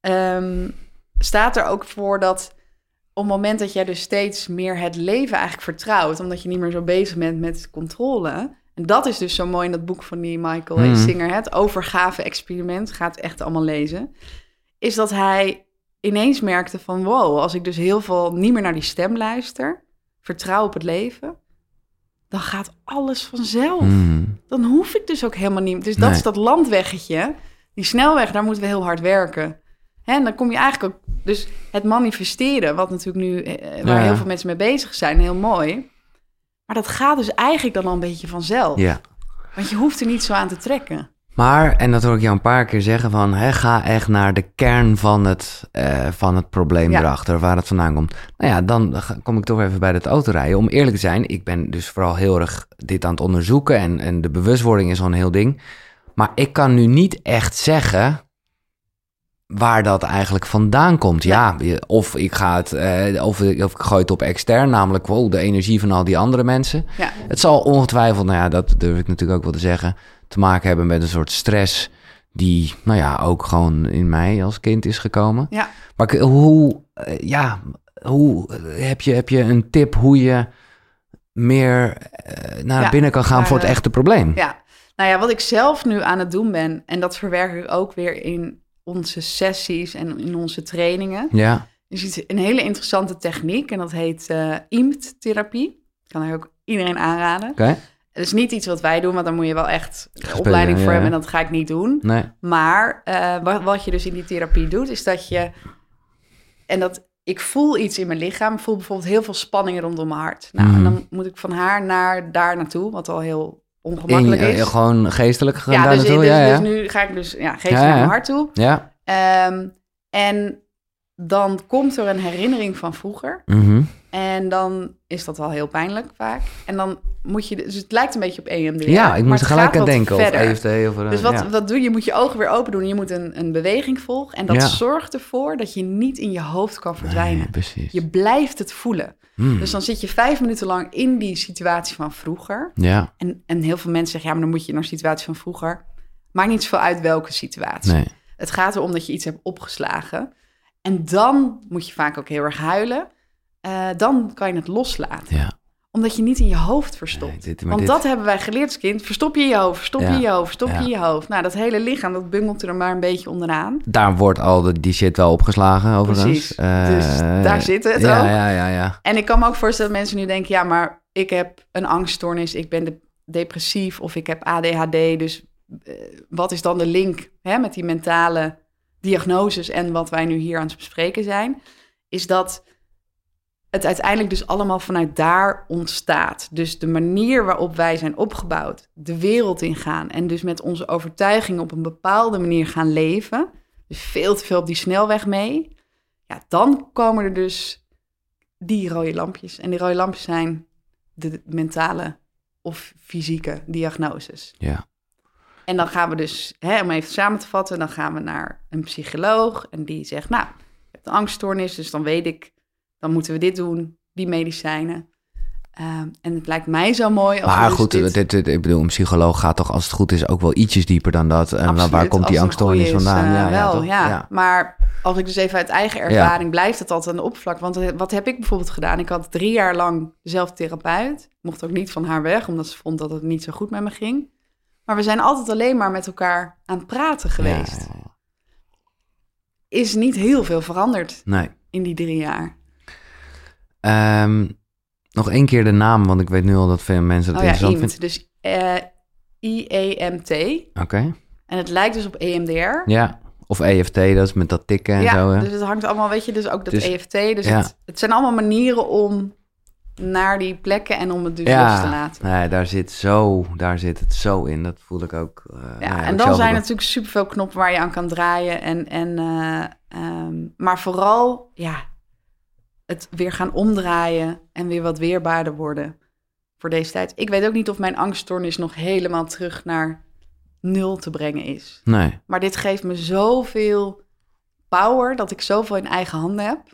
S2: Um, staat er ook voor dat op het moment dat jij dus steeds meer het leven eigenlijk vertrouwt... omdat je niet meer zo bezig bent met controle... en dat is dus zo mooi in dat boek van die Michael mm. Singer... het overgave-experiment, gaat echt allemaal lezen... is dat hij ineens merkte van... wow, als ik dus heel veel niet meer naar die stem luister... vertrouw op het leven... dan gaat alles vanzelf. Mm. Dan hoef ik dus ook helemaal niet... Dus dat nee. is dat landweggetje, die snelweg, daar moeten we heel hard werken... Hè, en dan kom je eigenlijk ook... Dus het manifesteren, wat natuurlijk nu... Eh, waar ja. heel veel mensen mee bezig zijn, heel mooi. Maar dat gaat dus eigenlijk dan al een beetje vanzelf.
S1: Ja.
S2: Want je hoeft er niet zo aan te trekken.
S1: Maar, en dat hoor ik jou een paar keer zeggen van... Hè, ga echt naar de kern van het, uh, van het probleem ja. erachter, waar het vandaan komt. Nou ja, dan kom ik toch even bij het autorijden. Om eerlijk te zijn, ik ben dus vooral heel erg dit aan het onderzoeken... en, en de bewustwording is al een heel ding. Maar ik kan nu niet echt zeggen... waar dat eigenlijk vandaan komt. Ja, ja of ik ga het, uh, of, ik, of ik gooi het op extern, namelijk wow, de energie van al die andere mensen.
S2: Ja.
S1: Het zal ongetwijfeld, nou ja, dat durf ik natuurlijk ook wel te zeggen, te maken hebben met een soort stress die, nou ja, ook gewoon in mij als kind is gekomen.
S2: Ja.
S1: Maar hoe, uh, ja, hoe heb je, heb je een tip hoe je meer uh, naar
S2: ja,
S1: binnen kan gaan maar, voor het echte probleem.
S2: Ja, nou ja, wat ik zelf nu aan het doen ben, en dat verwerk ik ook weer in onze sessies en in onze trainingen.
S1: Ja.
S2: is iets, een hele interessante techniek en dat heet uh, I M T-therapie. Ik kan er ook iedereen aanraden.
S1: Oké. Okay.
S2: Het is niet iets wat wij doen, want daar moet je wel echt een opleiding voor ja, hebben en dat ga ik niet doen.
S1: Nee.
S2: Maar uh, wat, wat je dus in die therapie doet, is dat je, en dat ik voel iets in mijn lichaam, ik voel bijvoorbeeld heel veel spanning rondom mijn hart. Nou, mm. en dan moet ik van haar naar daar naartoe, wat al heel ongemakkelijk in, is.
S1: Uh, gewoon geestelijk gaan
S2: ja,
S1: daar
S2: dus,
S1: naartoe?
S2: Dus,
S1: ja, ja.
S2: dus nu ga ik dus ja, geestelijk
S1: ja, ja.
S2: naar mijn hart toe.
S1: Ja.
S2: Um, en dan komt er een herinnering van vroeger.
S1: Mm-hmm.
S2: En dan is dat wel heel pijnlijk vaak. En dan moet je... Dus het lijkt een beetje op E M D R.
S1: Ja, ik moest er gelijk aan denken.
S2: Verder.
S1: Of E F T. Of een,
S2: dus wat,
S1: ja.
S2: wat doe je? Je moet je ogen weer open doen. En je moet een, een beweging volgen. En dat
S1: ja.
S2: zorgt ervoor dat je niet in je hoofd kan verdwijnen.
S1: Nee, precies.
S2: Je blijft het voelen.
S1: Hmm.
S2: Dus dan zit je vijf minuten lang in die situatie van vroeger.
S1: Ja.
S2: En, en heel veel mensen zeggen... Ja, maar dan moet je naar de situatie van vroeger. Maakt niet zoveel uit welke situatie.
S1: Nee.
S2: Het gaat erom dat je iets hebt opgeslagen. En dan moet je vaak ook heel erg huilen. Uh, dan kan je het loslaten.
S1: Ja.
S2: Omdat je niet in je hoofd verstopt. Nee, dit, Want dit... dat hebben wij geleerd als kind. Verstop je in je hoofd, verstop je ja. in je hoofd, verstop ja. je in je hoofd. Nou, dat hele lichaam, dat bungelt er maar een beetje onderaan.
S1: Daar wordt al de, die shit wel opgeslagen, overigens.
S2: Precies, uh, dus daar zit het
S1: ja,
S2: ook.
S1: Ja, ja, ja.
S2: En ik kan me ook voorstellen dat mensen nu denken... ja, maar ik heb een angststoornis, ik ben de, depressief of ik heb A D H D. Dus uh, wat is dan de link hè, met die mentale diagnoses en wat wij nu hier aan het bespreken zijn, is dat het uiteindelijk dus allemaal vanuit daar ontstaat. Dus de manier waarop wij zijn opgebouwd, de wereld ingaan en dus met onze overtuiging op een bepaalde manier gaan leven, dus veel te veel op die snelweg mee, ja, dan komen er dus die rode lampjes. En die rode lampjes zijn de mentale of fysieke diagnoses.
S1: Ja.
S2: En dan gaan we dus, hè, om even samen te vatten, dan gaan we naar een psycholoog en die zegt, nou, je hebt een angststoornis, dus dan weet ik, dan moeten we dit doen, die medicijnen. Um, en het lijkt mij zo mooi. Als
S1: maar
S2: dus
S1: goed,
S2: dit...
S1: dit, dit, ik bedoel, een psycholoog gaat toch, als het goed is, ook wel ietsjes dieper dan dat. En waar, waar komt die angststoornis vandaan?
S2: Uh,
S1: ja,
S2: wel,
S1: ja,
S2: ja.
S1: ja.
S2: Maar als ik dus even uit eigen ervaring, ja. blijft het altijd aan de oppervlak. Want wat heb ik bijvoorbeeld gedaan? Ik had drie jaar lang dezelfde therapeut. Ik mocht ook niet van haar weg, omdat ze vond dat het niet zo goed met me ging. Maar we zijn altijd alleen maar met elkaar aan het praten geweest. Ja, ja, ja. Is niet heel veel veranderd
S1: nee.
S2: in die drie jaar.
S1: Um, nog één keer de naam, want ik weet nu al dat veel mensen het
S2: oh,
S1: interessant
S2: ja, I M T,
S1: vinden.
S2: Dus uh, I E M T.
S1: Oké. Okay.
S2: En het lijkt dus op E M D R.
S1: Ja, of E F T, dat is met dat tikken en
S2: ja,
S1: zo. Ja,
S2: dus het hangt allemaal, weet je, dus ook dat dus, E F T. Dus
S1: ja.
S2: het, het zijn allemaal manieren om naar die plekken en om het dus
S1: ja,
S2: los te laten.
S1: Nee, daar zit zo, daar zit het zo in. Dat voel ik ook. Uh,
S2: ja,
S1: nou ja,
S2: en dan zijn er natuurlijk superveel knoppen waar je aan kan draaien. En, en, uh, um, maar vooral, ja, het weer gaan omdraaien en weer wat weerbaarder worden voor deze tijd. Ik weet ook niet of mijn angststoornis nog helemaal terug naar nul te brengen is.
S1: Nee.
S2: Maar dit geeft me zoveel power dat ik zoveel in eigen handen heb.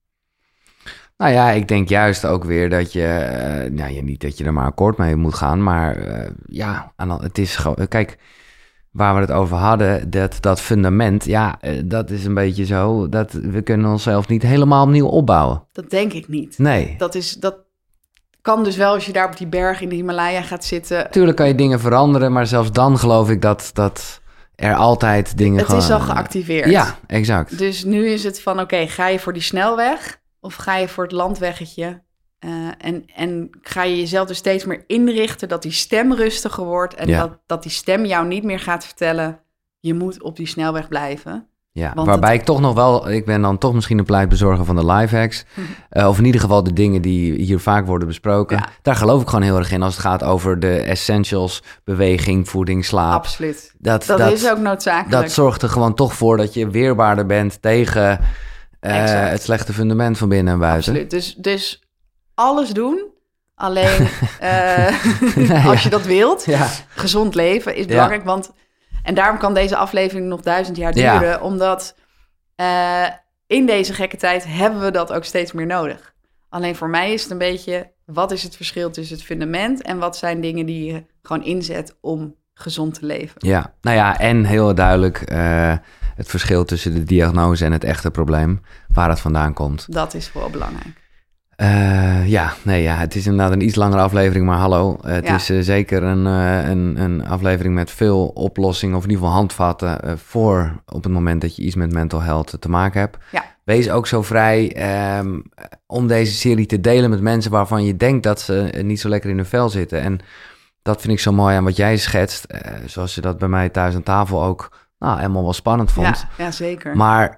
S1: Nou ja, ik denk juist ook weer dat je, uh, nou ja, niet dat je er maar akkoord mee moet gaan, maar uh, ja, het is gewoon, kijk, waar we het over hadden, dat, dat fundament, ja, uh, dat is een beetje zo, dat we kunnen onszelf niet helemaal opnieuw opbouwen.
S2: Dat denk ik niet.
S1: Nee.
S2: Dat is, dat kan dus wel als je daar op die berg in de Himalaya gaat zitten.
S1: Tuurlijk kan je dingen veranderen, maar zelfs dan geloof ik dat, dat er altijd dingen...
S2: Het
S1: gewoon,
S2: is al geactiveerd.
S1: Ja, exact.
S2: Dus nu is het van, oké, okay, ga je voor die snelweg of ga je voor het landweggetje? Uh, en, en ga je jezelf dus steeds meer inrichten dat die stem rustiger wordt en ja. dat, dat die stem jou niet meer gaat vertellen, je moet op die snelweg blijven.
S1: Ja, want waarbij het... ik toch nog wel, ik ben dan toch misschien een pleitbezorger van de life hacks. uh, of in ieder geval de dingen die hier vaak worden besproken. Ja. Daar geloof ik gewoon heel erg in als het gaat over de essentials, beweging, voeding, slaap.
S2: Absoluut.
S1: Dat,
S2: dat,
S1: dat
S2: is ook noodzakelijk.
S1: Dat zorgt er gewoon toch voor dat je weerbaarder bent tegen uh, het slechte fundament van binnen en buiten.
S2: Absoluut. Dus, dus alles doen. Alleen uh, nee, als je dat wilt, ja. gezond leven is belangrijk, ja. want... En daarom kan deze aflevering nog duizend jaar duren. Ja. Omdat uh, in deze gekke tijd hebben we dat ook steeds meer nodig. Alleen voor mij is het een beetje, wat is het verschil tussen het fundament en wat zijn dingen die je gewoon inzet om gezond te leven?
S1: Ja, nou ja, en heel duidelijk uh, het verschil tussen de diagnose en het echte probleem, waar het vandaan komt.
S2: Dat is wel belangrijk.
S1: Uh, ja, nee, ja, het is inderdaad een iets langere aflevering, maar hallo. Uh, het ja. is uh, zeker een, uh, een, een aflevering met veel oplossingen, of in ieder geval handvatten uh, voor op het moment dat je iets met mental health te maken hebt.
S2: Ja.
S1: Wees ook zo vrij um, om deze serie te delen met mensen waarvan je denkt dat ze uh, niet zo lekker in hun vel zitten. En dat vind ik zo mooi aan wat jij schetst, uh, zoals je dat bij mij thuis aan tafel ook nou, helemaal wel spannend vond.
S2: Ja, ja zeker.
S1: Maar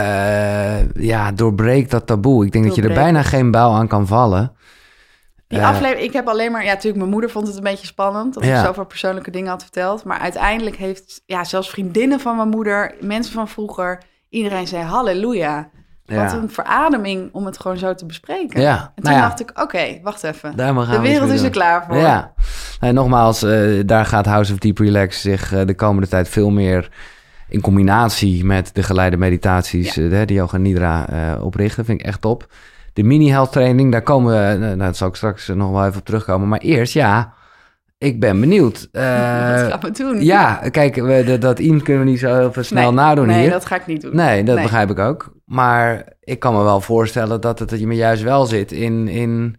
S1: Uh, ja, doorbreek dat taboe. Ik denk doorbreek. dat je er bijna geen bijl aan kan vallen.
S2: Die uh, aflevering, ik heb alleen maar... Ja, natuurlijk, mijn moeder vond het een beetje spannend... dat ja. ik zoveel persoonlijke dingen had verteld. Maar uiteindelijk heeft... Ja, zelfs vriendinnen van mijn moeder... mensen van vroeger... iedereen zei halleluja. Ja. Wat een verademing om het gewoon zo te bespreken.
S1: Ja.
S2: En toen
S1: nou ja.
S2: dacht ik, oké, okay, wacht even.
S1: De
S2: wereld is er klaar voor.
S1: Ja. Nee, nogmaals, uh, daar gaat House of Deep Relax zich uh, de komende tijd veel meer... in combinatie met de geleide meditaties... Ja. Uh, die Yoga Nidra uh, oprichten, vind ik echt top. De mini-health training, daar komen we... Nou, daar zal ik straks nog wel even op terugkomen. Maar eerst, ja, ik ben benieuwd. Uh,
S2: Wat gaan we doen?
S1: Ja, kijk, we, dat, dat I M kunnen we niet zo heel snel
S2: nee,
S1: nadoen
S2: nee,
S1: hier.
S2: Nee, dat ga ik niet doen.
S1: Nee, dat
S2: nee.
S1: begrijp ik ook. Maar ik kan me wel voorstellen dat het je me juist wel zit in... in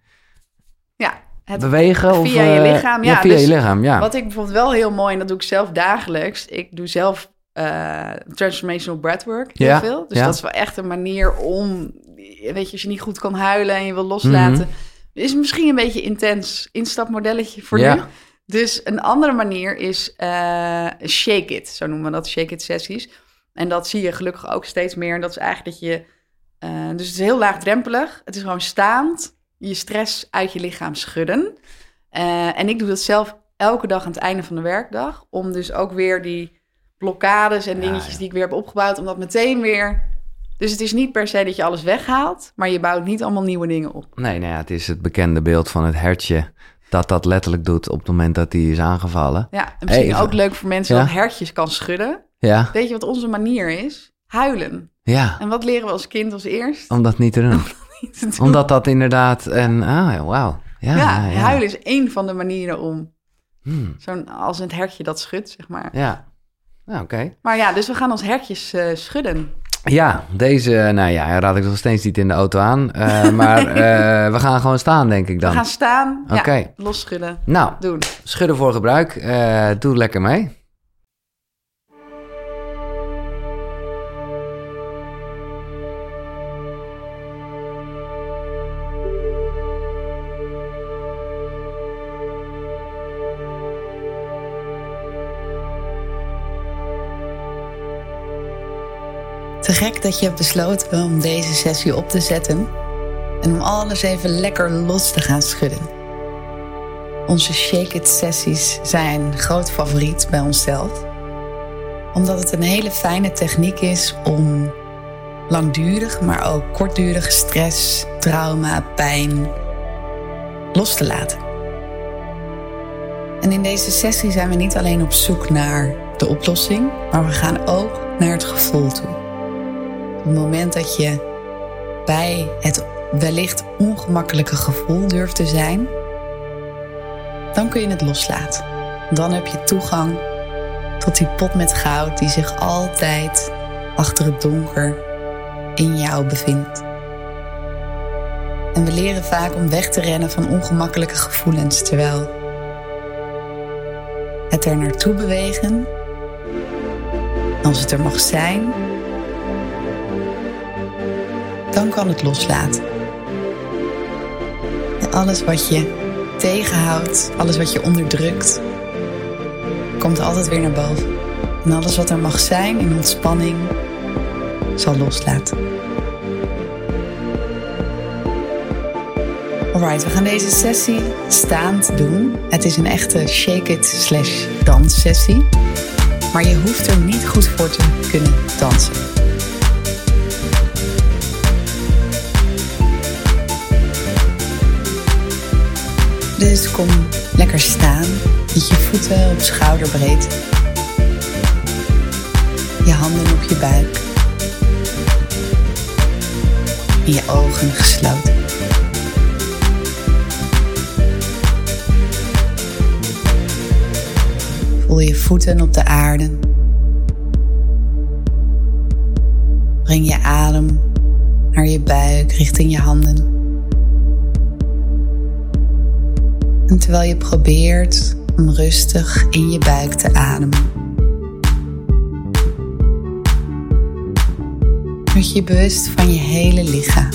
S2: ja, het
S1: bewegen
S2: via
S1: of,
S2: je lichaam. Ja,
S1: ja via
S2: dus
S1: je lichaam, ja.
S2: Wat ik bijvoorbeeld wel heel mooi... en dat doe ik zelf dagelijks... ik doe zelf... Uh, transformational breathwork heel ja, veel. Dus ja. dat is wel echt een manier om... weet je, als je niet goed kan huilen en je wil loslaten... Mm-hmm. is misschien een beetje intens instapmodelletje voor ja. nu. Dus een andere manier is uh, shake it. Zo noemen we dat, shake it sessies. En dat zie je gelukkig ook steeds meer. En dat is eigenlijk dat je... Uh, dus het is heel laagdrempelig. Het is gewoon staand je stress uit je lichaam schudden. Uh, en ik doe dat zelf elke dag aan het einde van de werkdag... om dus ook weer die... blokkades en dingetjes ja, ja. die ik weer heb opgebouwd, om dat meteen weer... Dus het is niet per se dat je alles weghaalt, maar je bouwt niet allemaal nieuwe dingen op.
S1: Nee, nou ja, het is het bekende beeld van het hertje dat dat letterlijk doet op het moment dat die is aangevallen.
S2: Ja, en misschien Even. ook leuk voor mensen
S1: ja?
S2: dat hertjes kan schudden.
S1: Ja.
S2: Weet je wat onze manier is? Huilen.
S1: Ja.
S2: En wat leren we als kind als eerst?
S1: Om dat niet te doen. Om dat niet te doen. Omdat dat inderdaad een... Ah, wauw. Ja,
S2: ja,
S1: ja,
S2: huilen is één van de manieren om...
S1: Hmm.
S2: Zo'n, als het hertje dat schudt, zeg maar.
S1: Ja. Nou, oké. Okay.
S2: Maar ja, dus we gaan ons hertjes uh, schudden.
S1: Ja, deze, nou ja, raad ik nog steeds niet in de auto aan. Uh, maar uh, we gaan gewoon staan, denk ik dan.
S2: We gaan staan,
S1: Oké. Okay.
S2: Ja, los schudden.
S1: Nou,
S2: doen.
S1: Schudden voor gebruik. Uh, doe lekker mee.
S2: Te gek dat je hebt besloten om deze sessie op te zetten en om alles even lekker los te gaan schudden. Onze Shake It sessies zijn groot favoriet bij onszelf, omdat het een hele fijne techniek is om langdurig, maar ook kortdurige stress, trauma, pijn los te laten. En in deze sessie zijn we niet alleen op zoek naar de oplossing, maar we gaan ook naar het gevoel toe. Op het moment dat je bij het wellicht ongemakkelijke gevoel durft te zijn, dan kun je het loslaten. Dan heb je toegang tot die pot met goud die zich altijd achter het donker in jou bevindt. En we leren vaak om weg te rennen van ongemakkelijke gevoelens, terwijl het er naartoe bewegen, als het er mag zijn, dan kan het loslaten. En alles wat je tegenhoudt, alles wat je onderdrukt, komt altijd weer naar boven. En alles wat er mag zijn in ontspanning, zal loslaten. Alright, we gaan deze sessie staand doen. Het is een echte shake it slash dans sessie. Maar je hoeft er niet goed voor te kunnen dansen. Dus kom lekker staan, met je voeten op schouderbreedte. Je handen op je buik. En je ogen gesloten. Voel je voeten op de aarde. Breng je adem naar je buik richting je handen. En terwijl je probeert om rustig in je buik te ademen, word je bewust van je hele lichaam.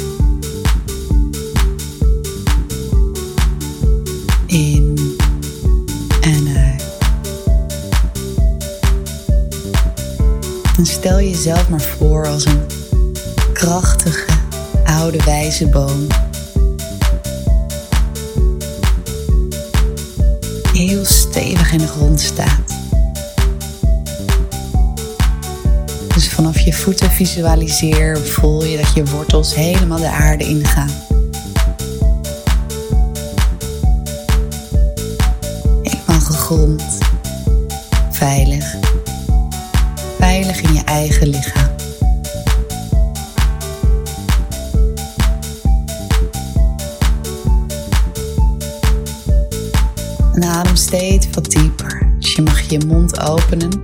S2: In en uit. En stel jezelf maar voor als een krachtige, oude wijze boom. Die heel stevig in de grond staat. Dus vanaf je voeten visualiseer, voel je dat je wortels helemaal de aarde ingaan. Helemaal gegrond. Veilig. Veilig in je eigen lichaam. En adem steeds wat dieper. Dus je mag je mond openen.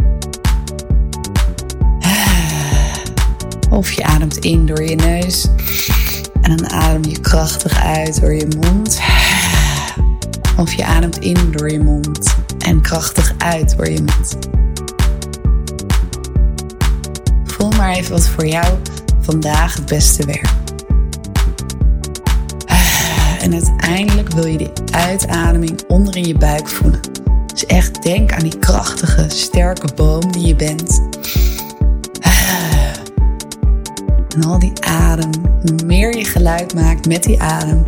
S2: Of je ademt in door je neus. En dan adem je krachtig uit door je mond. Of je ademt in door je mond. En krachtig uit door je mond. Voel maar even wat voor jou vandaag het beste werkt. En uiteindelijk wil je die uitademing onder in je buik voelen. Dus echt denk aan die krachtige, sterke boom die je bent. En al die adem, hoe meer je geluid maakt met die adem,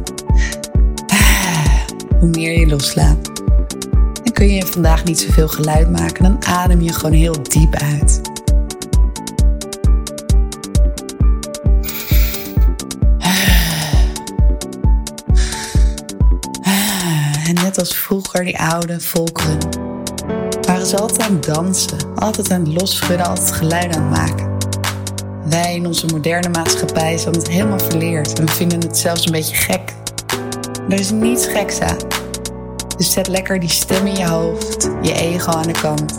S2: hoe meer je loslaat. En kun je vandaag niet zoveel geluid maken, dan adem je gewoon heel diep uit. En net als vroeger die oude volkeren, waren ze altijd aan het dansen, altijd aan het losschudden, altijd geluid aan het maken. Wij in onze moderne maatschappij zijn het helemaal verleerd en we vinden het zelfs een beetje gek. Er is niets geks aan. Dus zet lekker die stem in je hoofd, je ego aan de kant.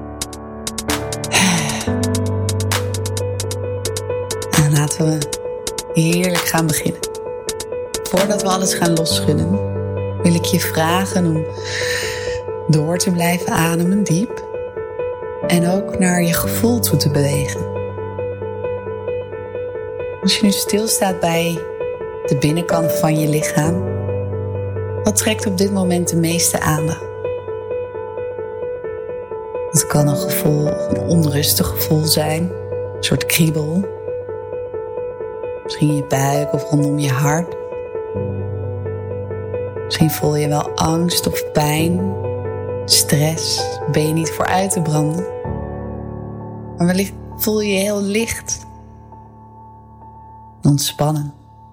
S2: En laten we heerlijk gaan beginnen. Voordat we alles gaan losschudden, wil ik je vragen om door te blijven ademen diep. En ook naar je gevoel toe te bewegen. Als je nu stilstaat bij de binnenkant van je lichaam, wat trekt op dit moment de meeste aandacht? Het kan een gevoel, een onrustig gevoel zijn, een soort kriebel. Misschien in je buik of rondom je hart. Misschien voel je wel angst of pijn, stress, ben je niet voor uit te branden. Maar wellicht voel je je heel licht, ontspannen.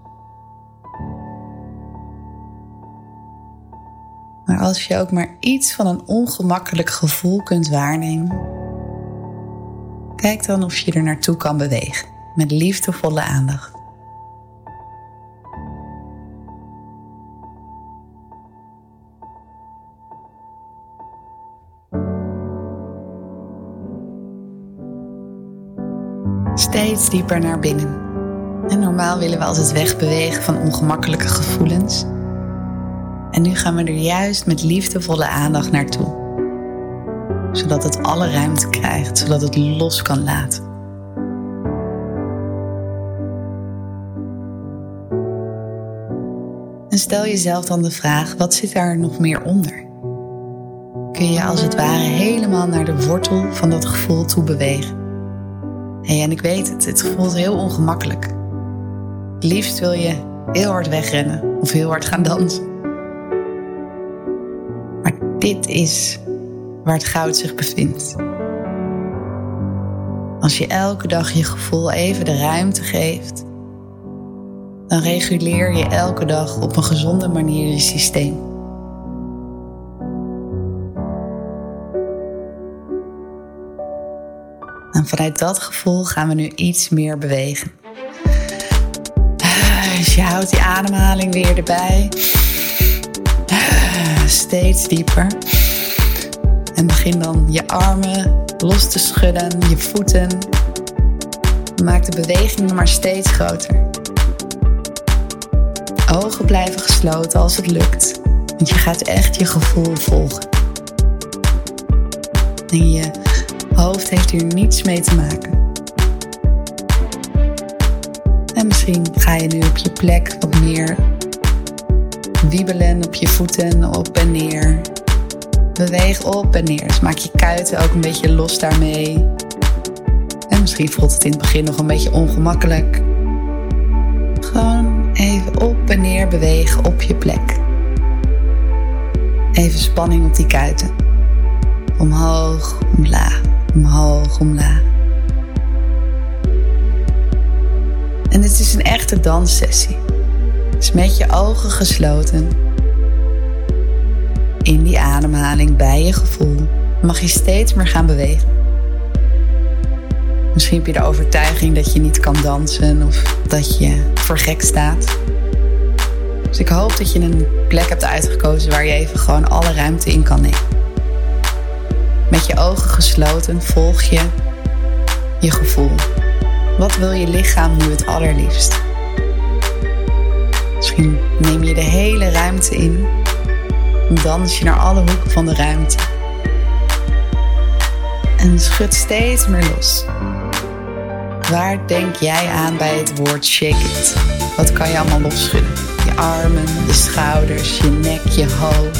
S2: Maar als je ook maar iets van een ongemakkelijk gevoel kunt waarnemen, kijk dan of je er naartoe kan bewegen, met liefdevolle aandacht. Steeds dieper naar binnen. En normaal willen we altijd wegbewegen van ongemakkelijke gevoelens. En nu gaan we er juist met liefdevolle aandacht naartoe. Zodat het alle ruimte krijgt, zodat het los kan laten. En stel jezelf dan de vraag, wat zit daar nog meer onder? Kun je als het ware helemaal naar de wortel van dat gevoel toe bewegen. Hey, en ik weet het, het voelt heel ongemakkelijk. Liefst wil je heel hard wegrennen of heel hard gaan dansen. Maar dit is waar het goud zich bevindt. Als je elke dag je gevoel even de ruimte geeft, dan reguleer je elke dag op een gezonde manier je systeem. En vanuit dat gevoel gaan we nu iets meer bewegen. Dus je houdt die ademhaling weer erbij. Steeds dieper. En begin dan je armen los te schudden, je voeten. Maak de beweging maar steeds groter. Ogen blijven gesloten als het lukt. Want je gaat echt je gevoel volgen. En je hoofd heeft hier niets mee te maken. En misschien ga je nu op je plek wat meer wiebelen op je voeten, op en neer. Beweeg op en neer. Dus maak je kuiten ook een beetje los daarmee. En misschien voelt het in het begin nog een beetje ongemakkelijk. Gewoon even op en neer bewegen op je plek. Even spanning op die kuiten. Omhoog, omlaag, omhoog, omlaag. En dit is een echte danssessie. Dus met je ogen gesloten, in die ademhaling, bij je gevoel, mag je steeds meer gaan bewegen. Misschien heb je de overtuiging dat je niet kan dansen of dat je voor gek staat. Dus ik hoop dat je een plek hebt uitgekozen waar je even gewoon alle ruimte in kan nemen. Met je ogen gesloten volg je je gevoel. Wat wil je lichaam nu het allerliefst? Misschien neem je de hele ruimte in en dans je naar alle hoeken van de ruimte. En schud steeds meer los. Waar denk jij aan bij het woord shake it? Wat kan je allemaal losschudden? Je armen, je schouders, je nek, je hoofd.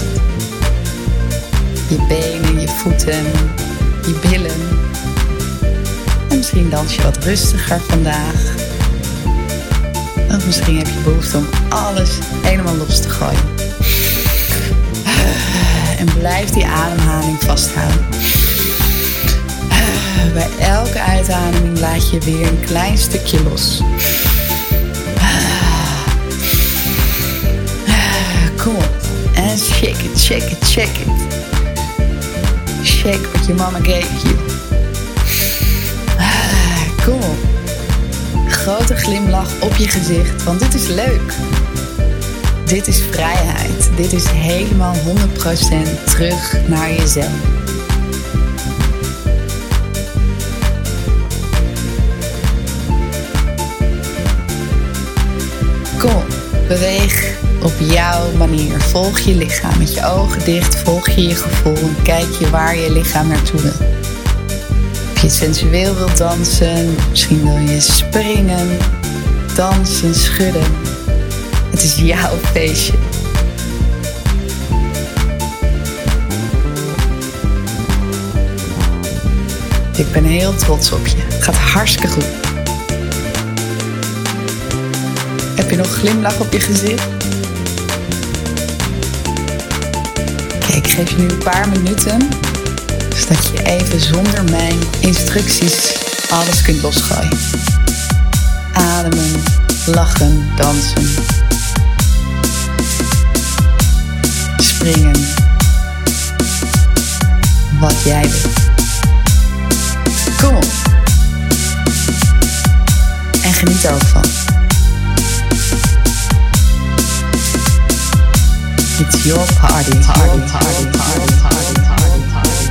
S2: Je benen, je voeten, je billen. En misschien dans je wat rustiger vandaag. Of misschien heb je behoefte om alles helemaal los te gooien. En blijf die ademhaling vasthouden. Bij elke uitademing laat je weer een klein stukje los. Kom op. En shake it, shake it, shake it. Shake what your mama gave you. Kom op. Grote glimlach op je gezicht, want dit is leuk. Dit is vrijheid. Dit is helemaal honderd procent terug naar jezelf. Kom, beweeg op jouw manier. Volg je lichaam. Met je ogen dicht volg je je gevoel en kijk je waar je lichaam naartoe wil. Of je sensueel wilt dansen, misschien wil je springen, dansen, schudden. Het is jouw feestje. Ik ben heel trots op je. Het gaat hartstikke goed. Heb je nog een glimlach op je gezicht? Kijk, ik geef je nu een paar minuten, zodat je even zonder mijn instructies alles kunt losgooien. Ademen, lachen, dansen. Springen. Wat jij wilt. Kom op. En geniet er ook van. It's your party, party, party, party, party, party, party, party.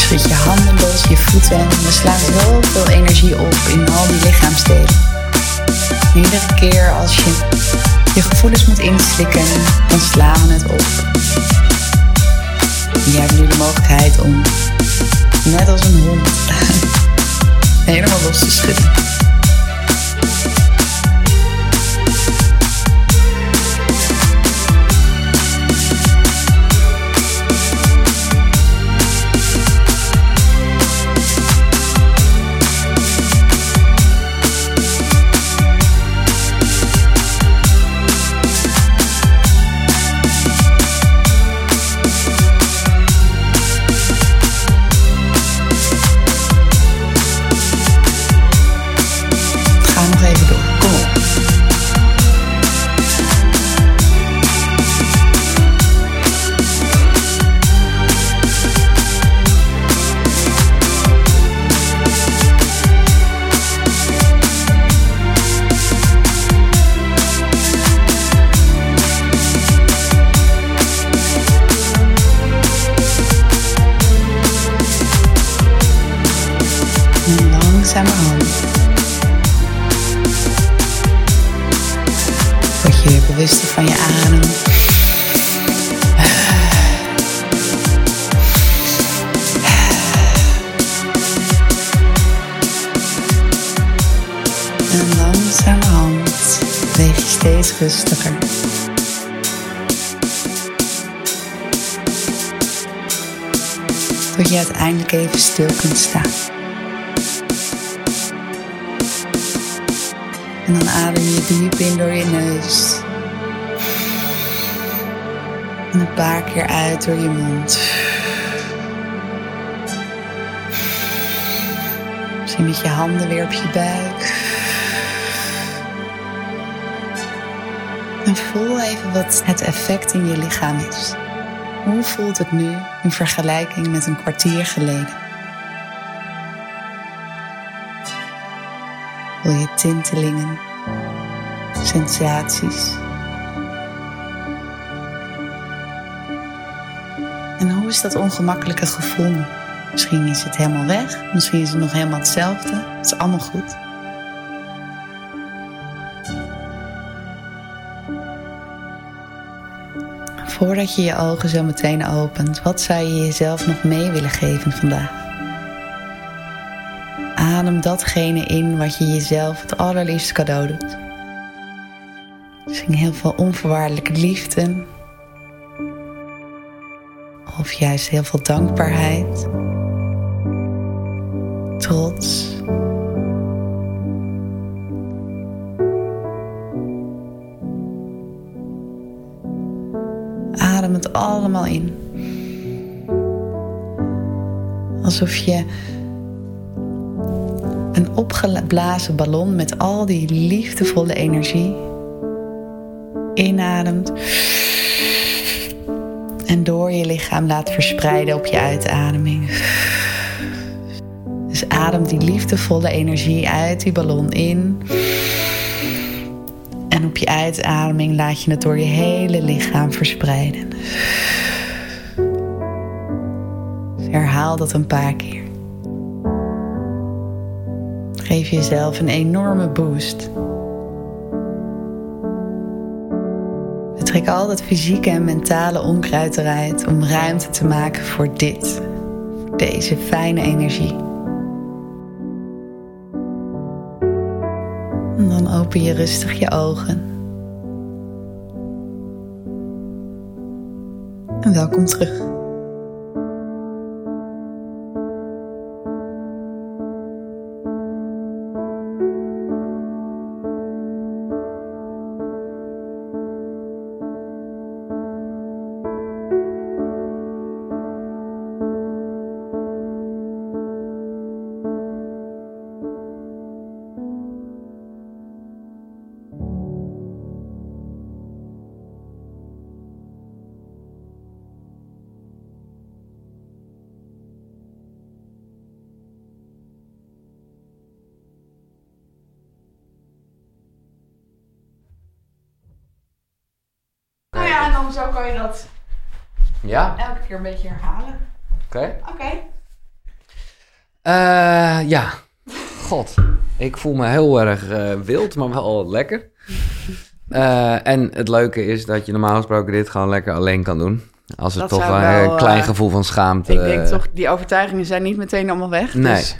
S2: Zet je handen los, je voeten. We slaan zoveel energie op in al die lichaamsdelen. En iedere keer als je je gevoelens moet inslikken, dan slaan we het op. En jij hebt nu de mogelijkheid om, net als een hond, helemaal los te schudden. Langzamerhand word je weer bewuster van je adem. En langzamerhand weeg je steeds rustiger. Tot je uiteindelijk even stil kunt staan. En dan adem je diep in door je neus. En een paar keer uit door je mond. Misschien met je handen weer op je buik. En voel even wat het effect in je lichaam is. Hoe voelt het nu in vergelijking met een kwartier geleden? Voel je tintelingen, sensaties. En hoe is dat ongemakkelijke gevoel? Misschien is het helemaal weg, misschien is het nog helemaal hetzelfde. Het is allemaal goed. Voordat je je ogen zo meteen opent, wat zou je jezelf nog mee willen geven vandaag? Adem datgene in wat je jezelf het allerliefst cadeau doet. Zing heel veel onvoorwaardelijke liefde. Of juist heel veel dankbaarheid. Trots. Adem het allemaal in. Alsof je een opgeblazen ballon met al die liefdevolle energie inademt en door je lichaam laat verspreiden op je uitademing. Dus adem die liefdevolle energie uit die ballon in en op je uitademing laat je het door je hele lichaam verspreiden. Herhaal dat een paar keer. Geef jezelf een enorme boost. We trekken al dat fysieke en mentale onkruid eruit om ruimte te maken voor dit. Voor deze fijne energie. En dan open je rustig je ogen. En welkom terug. Ja, en dan zo kan je dat
S1: Ja?
S2: elke keer een beetje herhalen.
S1: Oké.
S2: Oké.
S1: Uh, ja, god. Ik voel me heel erg uh, wild, maar wel lekker. Uh, en het leuke is dat je normaal gesproken dit gewoon lekker alleen kan doen. Als het dat toch een wel, klein uh, gevoel van schaamte...
S2: Ik denk toch, die overtuigingen zijn niet meteen allemaal weg.
S1: Nee.
S2: Dus...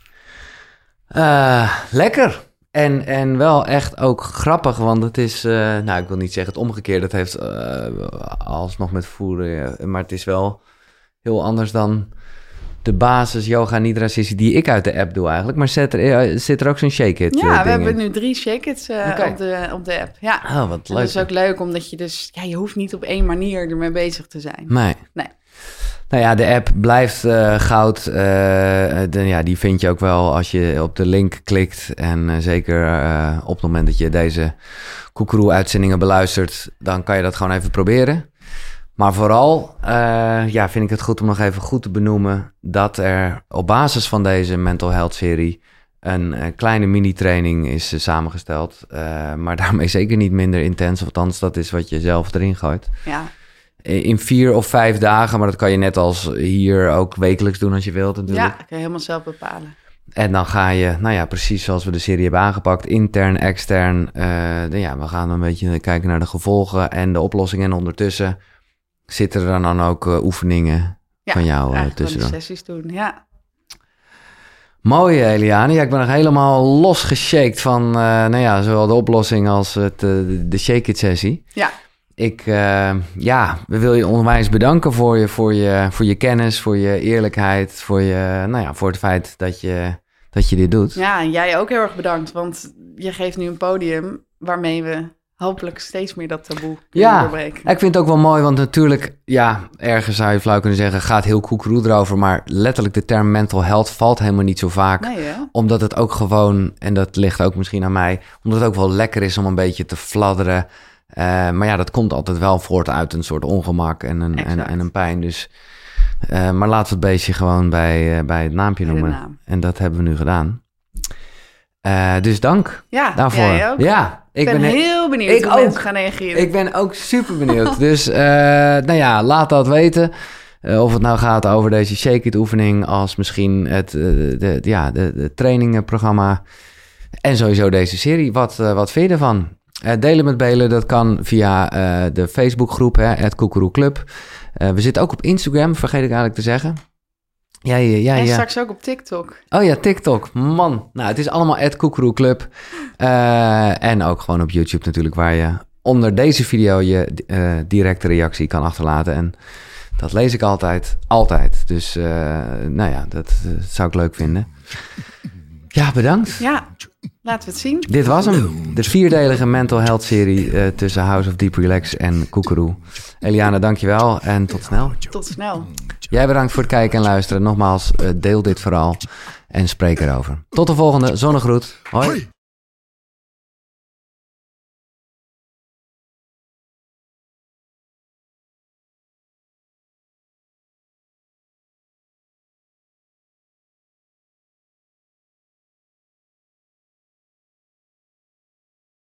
S1: Uh, lekker. En, en wel echt ook grappig, want het is... Uh, nou, ik wil niet zeggen het omgekeerde. Het heeft uh, alsnog met voeren... Maar het is wel heel anders dan... de basis yoga nidra sessie die ik uit de app doe eigenlijk. Maar zit er, zit er ook zo'n shake-it?
S2: Ja,
S1: uh,
S2: we hebben nu drie shake-its uh, okay. op, de, op de app. Ja.
S1: Oh, wat leuk.
S2: Dat is ook leuk, omdat je dus... Ja, je hoeft niet op één manier ermee bezig te zijn.
S1: Nee.
S2: Nee.
S1: Nou ja, de app blijft uh, goud. Uh, de, ja, die vind je ook wel als je op de link klikt. En uh, zeker uh, op het moment dat je deze Koekeroe-uitzendingen beluistert... dan kan je dat gewoon even proberen. Maar vooral uh, ja, vind ik het goed om nog even goed te benoemen... dat er op basis van deze Mental Health serie... een uh, kleine mini-training is uh, samengesteld. Uh, maar daarmee zeker niet minder intens. Althans, dat is wat je zelf erin gooit.
S2: Ja.
S1: In vier of vijf dagen, maar dat kan je net als hier ook wekelijks doen als je wilt natuurlijk.
S2: Ja, dat kan je helemaal zelf bepalen.
S1: En dan ga je, nou ja, precies zoals we de serie hebben aangepakt, intern, extern. Uh, dan ja, we gaan een beetje kijken naar de gevolgen en de oplossingen. En ondertussen zitten er dan ook uh, oefeningen ja, van jou uh, tussen.
S2: Ja, sessies doen, ja.
S1: Mooi, Eliane. Ja, ik ben nog helemaal losgeshaked van, uh, nou ja, zowel de oplossing als het, uh, de shake-it-sessie.
S2: Ja.
S1: Ik, uh, ja, we willen je onwijs bedanken voor je, voor, je, voor je kennis, voor je eerlijkheid, voor, je, nou ja, voor het feit dat je, dat je dit doet.
S2: Ja, en jij ook heel erg bedankt, want je geeft nu een podium waarmee we hopelijk steeds meer dat taboe kunnen
S1: ja,
S2: doorbreken.
S1: Ja, ik vind het ook wel mooi, want natuurlijk, ja, ergens zou je flauw kunnen zeggen, gaat heel koekeroe erover, maar letterlijk de term mental health valt helemaal niet zo vaak.
S2: Nee, hè?
S1: Omdat het ook gewoon, en dat ligt ook misschien aan mij, omdat het ook wel lekker is om een beetje te fladderen. Uh, maar ja, dat komt altijd wel voort uit een soort ongemak en een, en, en een pijn. Dus, uh, maar laten we het beestje gewoon bij, uh, bij het naampje bij noemen. Naam. En dat hebben we nu gedaan. Uh, dus dank
S2: ja,
S1: daarvoor.
S2: Jij ook.
S1: Ja,
S2: ik ben, ben heel benieuwd ik hoe ook. mensen gaan reageren.
S1: Ik ben ook super benieuwd. Dus uh, nou ja, laat dat weten. Uh, of het nou gaat over deze shake-it oefening als misschien het uh, de, ja, de, de trainingenprogramma. En sowieso deze serie. Wat, uh, wat vind je ervan? Uh, delen met Belen, dat kan via uh, de Facebookgroep, het Koekeroe Club. Uh, we zitten ook op Instagram, vergeet ik eigenlijk te zeggen. Ja, ja, ja,
S2: en
S1: ja.
S2: straks ook op TikTok.
S1: Oh ja, TikTok. Man, nou, het is allemaal het Koekeroe Club. Uh, en ook gewoon op YouTube natuurlijk, waar je onder deze video je uh, directe reactie kan achterlaten. En dat lees ik altijd, altijd. Dus uh, nou ja, dat uh, zou ik leuk vinden. Ja, bedankt.
S2: Ja, laten we het zien.
S1: Dit was hem. De vierdelige mental health serie uh, tussen House of Deep Relax en Koekeroe. Eliane, dankjewel en tot snel.
S2: Tot snel.
S1: Jij bedankt voor het kijken en luisteren. Nogmaals, uh, deel dit vooral en spreek erover. Tot de volgende. Zonnegroet. Hoi.